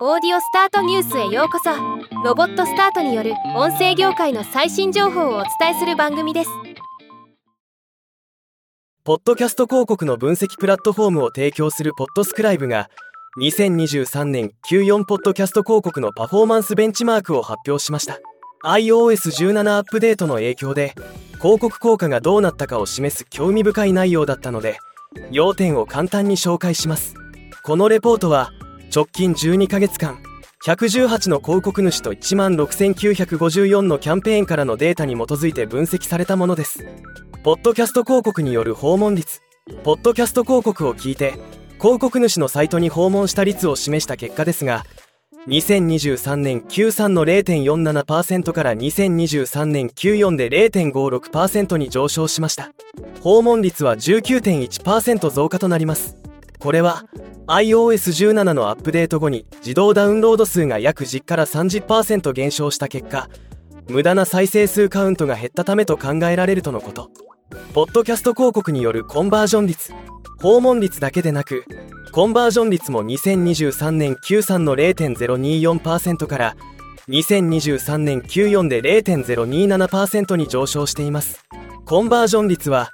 オーディオスタートニュースへようこそ。ロボットスタートによる音声業界の最新情報をお伝えする番組です。 ポッドキャスト広告の分析プラットフォームを提供するポッドスクライブが2023年 Q4 ポッドキャスト広告のパフォーマンスベンチマークを発表しました。 iOS17 アップデートの影響で広告効果がどうなったかを示す興味深い内容だったので、要点を簡単に紹介します。このレポートは直近12ヶ月間118の広告主と16,954のキャンペーンからのデータに基づいて分析されたものです。ポッドキャスト広告による訪問率。ポッドキャスト広告を聞いて広告主のサイトに訪問した率を示した結果ですが、2023年 Q3 の 0.47% から2023年 Q4 で 0.56% に上昇しました。訪問率は 19.1% 増加となります。これは iOS17 のアップデート後に自動ダウンロード数が約10から 30% 減少した結果、無駄な再生数カウントが減ったためと考えられるとのこと。ポッドキャスト広告によるコンバージョン率。訪問率だけでなくコンバージョン率も2023年 Q3 の 0.024% から2023年 Q4 で 0.027% に上昇しています。コンバージョン率は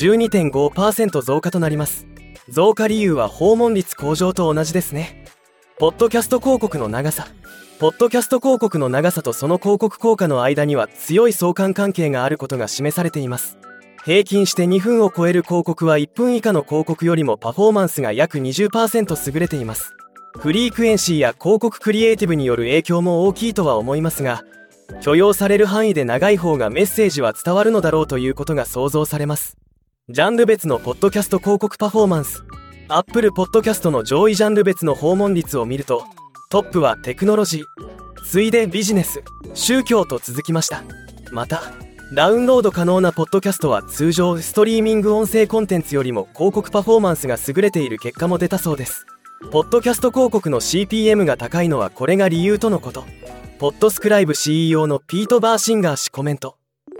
12.5% 増加となります。増加理由は訪問率向上と同じですね。ポッドキャスト広告の長さ。ポッドキャスト広告の長さとその広告効果の間には強い相関関係があることが示されています。平均して2分を超える広告は1分以下の広告よりもパフォーマンスが約 20% 優れています。フリークエンシーや広告クリエイティブによる影響も大きいとは思いますが、許容される範囲で長い方がメッセージは伝わるのだろうということが想像されます。ジャンル別のポッドキャスト広告パフォーマンス。Apple Podcast の上位ジャンル別の訪問率を見ると、トップはテクノロジー、次いでビジネス、宗教と続きました。またダウンロード可能なポッドキャストは通常ストリーミング音声コンテンツよりも広告パフォーマンスが優れている結果も出たそうです。ポッドキャスト広告の CPM が高いのはこれが理由とのこと。ポッドスクライブ CEO のピート・バーシンガー氏コメント。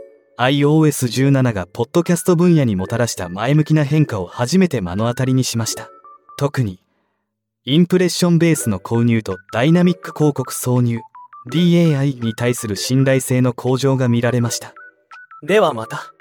iOS17 がポッドキャスト分野にもたらした前向きな変化を初めて目の当たりにしました。特にインプレッションベースの購入とダイナミック広告挿入 DAI に対する信頼性の向上が見られました。 ではまた。